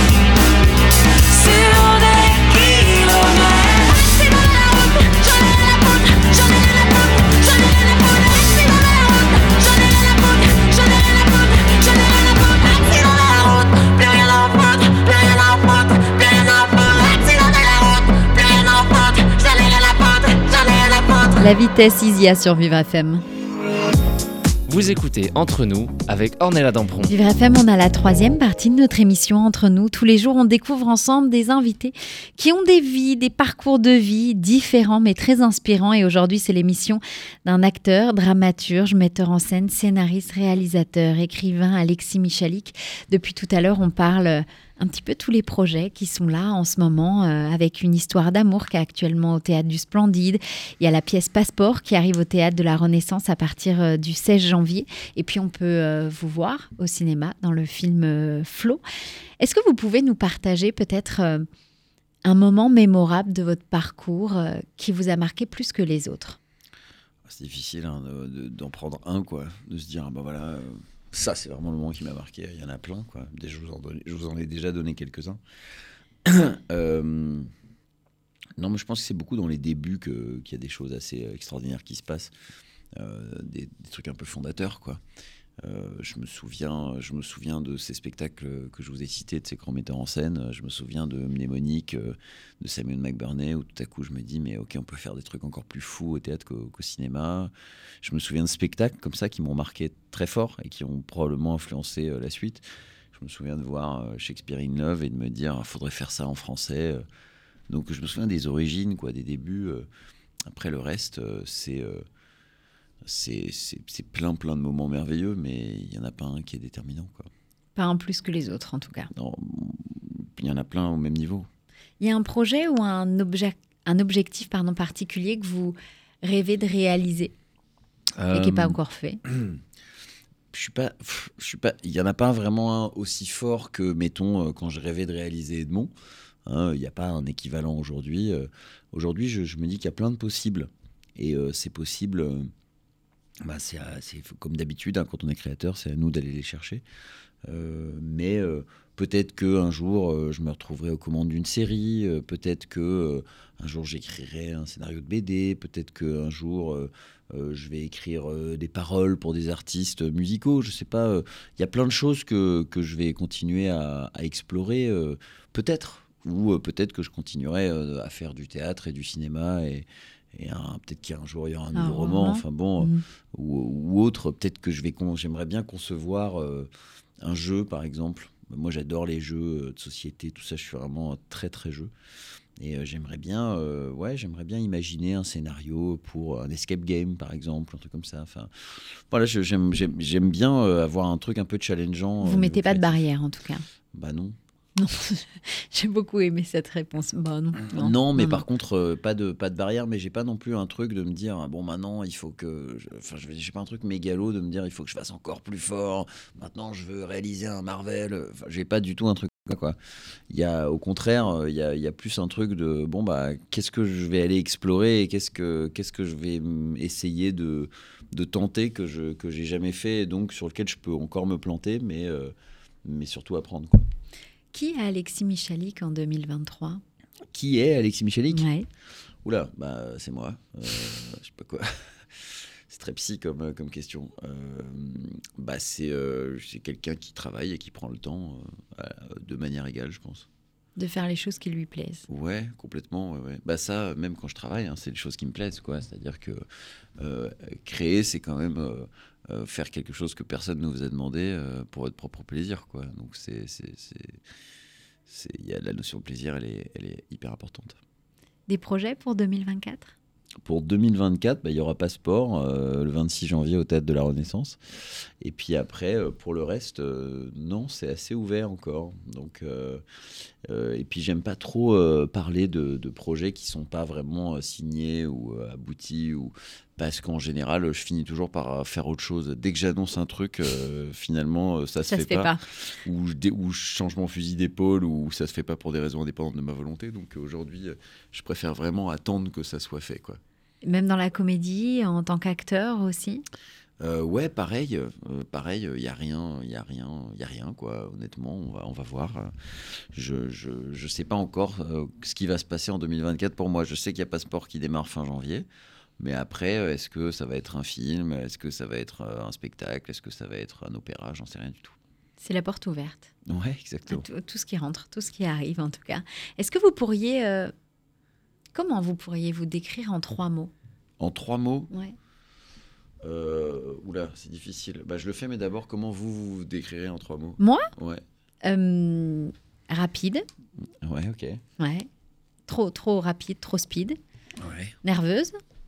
Sur des kilomètres. C'est dans la route, j'en ai la poudre, j'en ai la poudre, j'en ai la poudre. C'est dans la route, j'en ai la poudre, j'en ai la poudre, j'en ai la poudre. C'est dans la route, plus rien à foutre, plus rien à foutre, plus rien à foutre. C'est dans la route, plus rien à foutre, j'en ai la poudre, j'en ai la poudre. La vitesse Isia sur Vivre FM. Vous écoutez Entre nous avec Ornella Dampron. Vivre FM, on a la troisième partie de notre émission Entre nous. Tous les jours, on découvre ensemble des invités qui ont des vies, des parcours de vie différents mais très inspirants. Et aujourd'hui, c'est l'émission d'un acteur, dramaturge, metteur en scène, scénariste, réalisateur, écrivain, Alexis Michalik. Depuis tout à l'heure, on parle un petit peu tous les projets qui sont là en ce moment, avec une histoire d'amour qui est actuellement au Théâtre du Splendide. Il y a la pièce Passeport qui arrive au Théâtre de la Renaissance à partir du 16 janvier. Et puis on peut vous voir au cinéma dans le film Flo. Est-ce que vous pouvez nous partager peut-être un moment mémorable de votre parcours qui vous a marqué plus que les autres ? C'est difficile d'en prendre un, quoi. De se dire, bah voilà... Ça, c'est vraiment le moment qui m'a marqué. Il y en a plein, quoi. Je vous en ai déjà donné quelques-uns. Non, mais je pense que c'est beaucoup dans les débuts qu'il y a des choses assez extraordinaires qui se passent. Des trucs un peu fondateurs, quoi. Je me souviens de ces spectacles que je vous ai cités, de ces grands metteurs en scène. Je me souviens de Mnémonique, de Samuel McBurney, où tout à coup je me dis mais ok, on peut faire des trucs encore plus fous au théâtre qu'au cinéma. Je me souviens de spectacles comme ça qui m'ont marqué très fort et qui ont probablement influencé la suite. Je me souviens de voir Shakespeare in Love et de me dire il faudrait faire ça en français. Donc je me souviens des origines, quoi, des débuts. Après le reste, c'est plein de moments merveilleux, mais il n'y en a pas un qui est déterminant, quoi. Pas un plus que les autres, en tout cas. Non, il y en a plein au même niveau. Il y a un projet ou un objectif particulier que vous rêvez de réaliser et qui n'est pas encore fait? Je suis pas, il y en a pas vraiment un aussi fort que, mettons, quand je rêvais de réaliser Edmond. Hein, il n'y a pas un équivalent aujourd'hui. Aujourd'hui, je me dis qu'il y a plein de possibles. Et c'est possible, c'est comme d'habitude, hein, quand on est créateur, c'est à nous d'aller les chercher. Mais peut-être qu'un jour, je me retrouverai aux commandes d'une série. Peut-être qu'un jour, j'écrirai un scénario de BD. Peut-être qu'un jour, je vais écrire des paroles pour des artistes musicaux. Je sais pas. Il y a plein de choses que je vais continuer à explorer. Peut-être. Ou peut-être que je continuerai à faire du théâtre et du cinéma. Et peut-être qu'un jour, il y aura un nouveau roman. Enfin bon, ou autre. Peut-être que j'aimerais bien concevoir un jeu, par exemple. Moi, j'adore les jeux de société, tout ça. Je suis vraiment très, très jeu. Et j'aimerais bien imaginer un scénario pour un escape game, par exemple, un truc comme ça. Enfin, voilà, j'aime bien avoir un truc un peu challengeant. Vous mettez pas de barrière, en tout cas. Bah non. Non, j'ai beaucoup aimé cette réponse. Bah non. Mais par contre, pas de barrière, mais j'ai pas non plus un truc de me dire, bon, maintenant, il faut que... j'ai pas un truc mégalo de me dire, il faut que je fasse encore plus fort. Maintenant, je veux réaliser un Marvel. Enfin, j'ai pas du tout un truc quoi. Il y a, au contraire, il y a plus un truc de, bon, bah, qu'est-ce que je vais aller explorer et qu'est-ce que je vais essayer de tenter que j'ai jamais fait, et donc sur lequel je peux encore me planter, mais surtout apprendre, quoi. Qui est Alexis Michalik en 2023? Qui est Alexis Michalik? Ouais. Oula, bah, c'est moi. Je sais pas quoi. C'est très psy comme question. C'est quelqu'un qui travaille et qui prend le temps de manière égale, je pense. De faire les choses qui lui plaisent. Ouais, complètement. Ouais. Bah ça, même quand je travaille, hein, c'est des choses qui me plaisent, quoi. C'est-à-dire que créer, c'est quand même faire quelque chose que personne ne vous a demandé pour votre propre plaisir, quoi. Donc il y a la notion de plaisir, elle est hyper importante. Des projets pour 2024? Pour 2024, il y aura Passeport le 26 janvier au Théâtre de la Renaissance. Et puis après, pour le reste, non, c'est assez ouvert encore. Donc, et puis, j'aime pas trop parler de projets qui sont pas vraiment signés ou aboutis. Parce qu'en général, je finis toujours par faire autre chose. Dès que j'annonce un truc, finalement, ça se fait pas. Ou je change mon fusil d'épaule, ou ça se fait pas pour des raisons indépendantes de ma volonté. Donc aujourd'hui, je préfère vraiment attendre que ça soit fait, quoi. Même dans la comédie, en tant qu'acteur aussi? Ouais, pareil, il y a rien, quoi. Honnêtement, on va voir. Je sais pas encore ce qui va se passer en 2024 pour moi. Je sais qu'il y a Passeport qui démarre fin janvier. Mais après, est-ce que ça va être un film? Est-ce que ça va être un spectacle? Est-ce que ça va être un opéra? J'en sais rien du tout. C'est la porte ouverte. Ouais, exactement. Tout ce qui rentre, tout ce qui arrive en tout cas. Est-ce que vous pourriez... comment vous pourriez vous décrire en 3 mots? En 3 mots? Ouais. Oula, c'est difficile. Bah, je le fais, mais d'abord, comment vous décrirez en 3 mots? Moi? Ouais. Rapide. Ouais, ok. Ouais. Trop rapide, trop speed. Ouais. Nerveuse.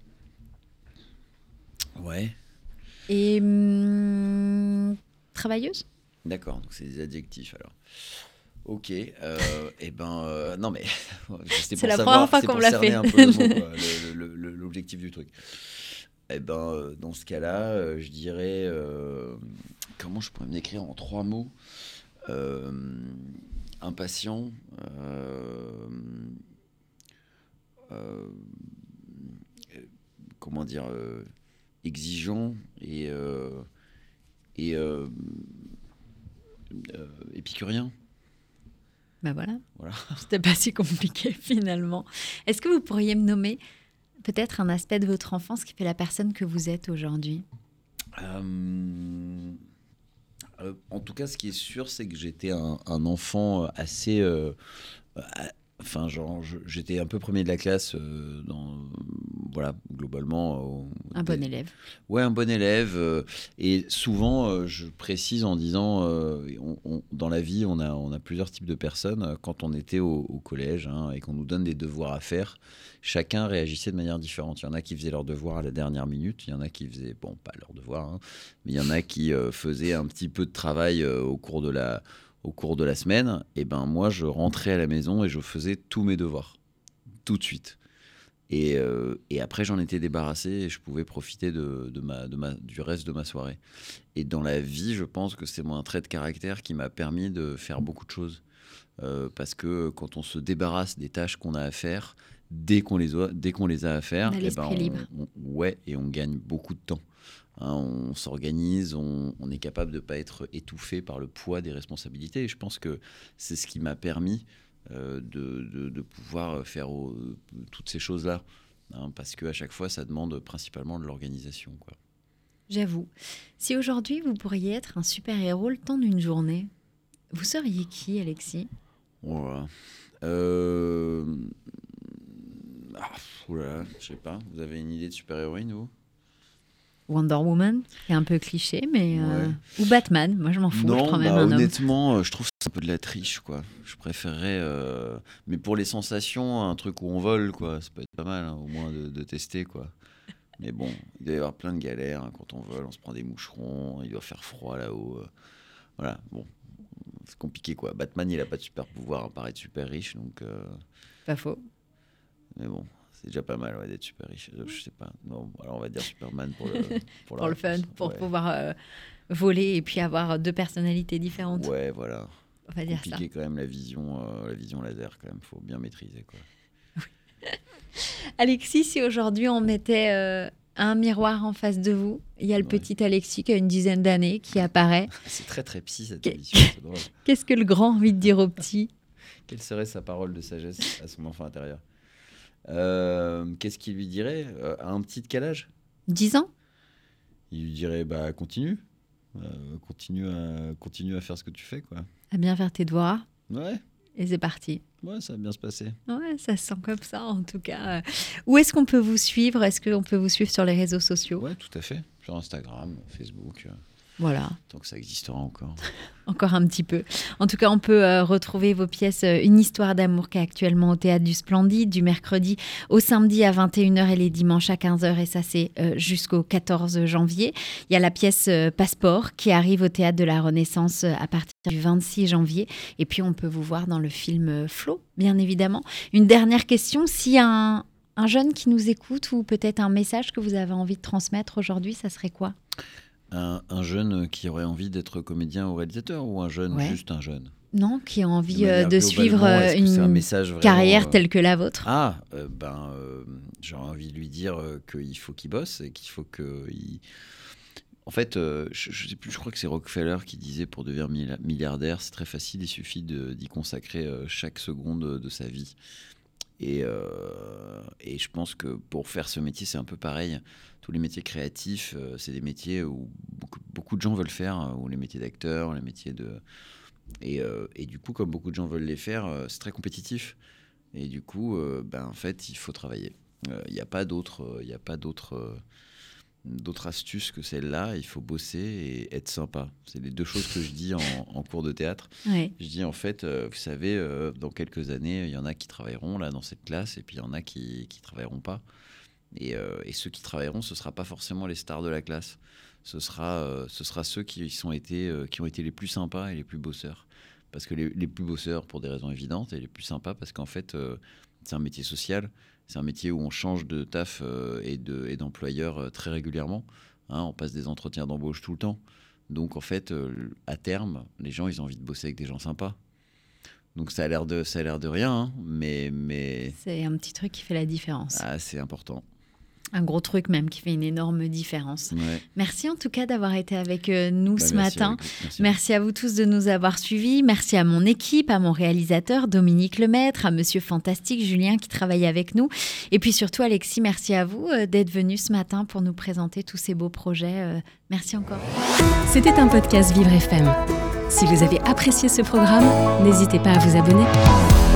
Ouais. Et travailleuse. D'accord, donc c'est des adjectifs alors. Ok, non mais c'est la première fois qu'on me l'a fait. Un peu l'objectif du truc. Dans ce cas-là, je dirais comment je pourrais me décrire en 3 mots? Impatient, comment dire, exigeant et épicurien. Ben voilà. C'était pas si compliqué finalement. Est-ce que vous pourriez me nommer peut-être un aspect de votre enfance qui fait la personne que vous êtes aujourd'hui? En tout cas, ce qui est sûr, c'est que j'étais un enfant assez... j'étais un peu premier de la classe, globalement. Un bon élève. Ouais, un bon élève. Et souvent, je précise en disant, dans la vie, on a plusieurs types de personnes. Quand on était au collège et qu'on nous donne des devoirs à faire, chacun réagissait de manière différente. Il y en a qui faisaient leurs devoirs à la dernière minute. Il y en a qui faisaient, pas leurs devoirs, mais il y en a qui faisaient un petit peu de travail au cours de au cours de la semaine, et ben moi je rentrais à la maison et je faisais tous mes devoirs tout de suite. Et après j'en étais débarrassé et je pouvais profiter du reste de ma soirée. Et dans la vie, je pense que c'est un trait de caractère qui m'a permis de faire beaucoup de choses. Parce que quand on se débarrasse des tâches qu'on a à faire, dès qu'on les a à faire, On a l'esprit libre. Et on gagne beaucoup de temps. Hein, on s'organise, on est capable de ne pas être étouffé par le poids des responsabilités. Et je pense que c'est ce qui m'a permis de pouvoir faire toutes ces choses-là. Hein, parce qu'à chaque fois, ça demande principalement de l'organisation, quoi. J'avoue. Si aujourd'hui, vous pourriez être un super-héros le temps d'une journée, vous seriez qui, Alexis ? Voilà. Je sais pas. Vous avez une idée de super-héroïne, vous ? Wonder Woman, qui est un peu cliché, mais Ouais. ou Batman. Moi, je m'en fous. Je prends même un homme. Honnêtement, je trouve que c'est un peu de la triche, quoi. Je préférerais... Mais pour les sensations, un truc où on vole, quoi. Ça peut être pas mal, hein, au moins de tester, quoi. Mais bon, il doit y avoir plein de galères, hein, quand on vole. On se prend des moucherons, il doit faire froid là-haut. Voilà, bon. C'est compliqué, quoi. Batman, il a pas de super pouvoir, à part être super riche, donc... Pas faux. Mais bon, c'est déjà pas mal, ouais, d'être super riche. Je sais pas. Non, alors on va dire Superman pour la Pour le fun, réponse. pour Ouais. pouvoir voler et puis avoir deux personnalités différentes. Ouais, voilà. On va dire ça. Compliqué quand même la vision laser, quand même. Faut bien maîtriser, quoi. Alexis, si aujourd'hui on mettait un miroir en face de vous, il y a le Ouais. petit Alexis qui a une dizaine d'années qui apparaît. C'est très très psy cette Qu'est- émission, c'est drôle. Qu'est-ce que le grand a envie de dire au petit ? Quelle serait sa parole de sagesse à son enfant intérieur ? Qu'est-ce qu'il lui dirait à un petit de quel âge ? 10 ans ? Il lui dirait continue. Continue à faire ce que tu fais, quoi. À bien faire tes devoirs. Ouais, Et c'est parti. ça va bien se passer. Ouais, ça se sent comme ça en tout cas. Où est-ce qu'on peut vous suivre ? Est-ce qu'on peut vous suivre sur les réseaux sociaux ? Ouais, tout à fait. Sur Instagram, Facebook, Voilà, tant que ça existera encore. encore un petit peu. En tout cas, on peut retrouver vos pièces Une histoire d'amour qui est actuellement au Théâtre du Splendide, du mercredi au samedi à 21h et les dimanches à 15h. Et ça, c'est jusqu'au 14 janvier. Il y a la pièce Passeport qui arrive au Théâtre de la Renaissance à partir du 26 janvier. Et puis, on peut vous voir dans le film Flo, bien évidemment. Une dernière question, s'il y a un jeune qui nous écoute ou peut-être un message que vous avez envie de transmettre aujourd'hui, ça serait quoi ? Un jeune qui aurait envie d'être comédien ou réalisateur, ou Ouais. juste un jeune ? Non, qui a envie manière de suivre globalement, est-ce que c'est un une message vraiment, carrière telle que la vôtre. J'aurais envie de lui dire qu'il faut qu'il bosse et qu'il faut qu'il... En fait, je sais plus, je crois que c'est Rockefeller qui disait pour devenir milliardaire, c'est très facile, il suffit d'y consacrer chaque seconde de sa vie. Et je pense que pour faire ce métier, c'est un peu pareil. Tous les métiers créatifs, c'est des métiers où beaucoup de gens veulent faire, ou les métiers d'acteur, les métiers de... Et du coup, comme beaucoup de gens veulent les faire, c'est très compétitif. Et du coup, en fait, il faut travailler. Il n'y a pas d'autre astuce que celle-là. Il faut bosser et être sympa. C'est les deux choses que je dis en cours de théâtre. Ouais. Je dis en fait, vous savez, dans quelques années, il y en a qui travailleront là dans cette classe et puis il y en a qui travailleront pas. Et ceux qui travailleront, ce ne sera pas forcément les stars de la classe. Ce sera ceux qui ont été les plus sympas et les plus bosseurs. Parce que les plus bosseurs, pour des raisons évidentes, et les plus sympas, parce qu'en fait, c'est un métier social. C'est un métier où on change de taf et d'employeur très régulièrement. Hein, on passe des entretiens d'embauche tout le temps. Donc, en fait, à terme, les gens, ils ont envie de bosser avec des gens sympas. Donc, ça a l'air de rien, hein, mais C'est un petit truc qui fait la différence. c'est important. Un gros truc même qui fait une énorme différence. Ouais. Merci en tout cas d'avoir été avec nous ce Merci, matin. merci. Merci à vous tous de nous avoir suivis. Merci à mon équipe, à mon réalisateur Dominique Lemaître, à Monsieur Fantastique Julien qui travaille avec nous. Et puis surtout Alexis, merci à vous d'être venu ce matin pour nous présenter tous ces beaux projets. Merci encore. C'était un podcast Vivre FM. Si vous avez apprécié ce programme, n'hésitez pas à vous abonner.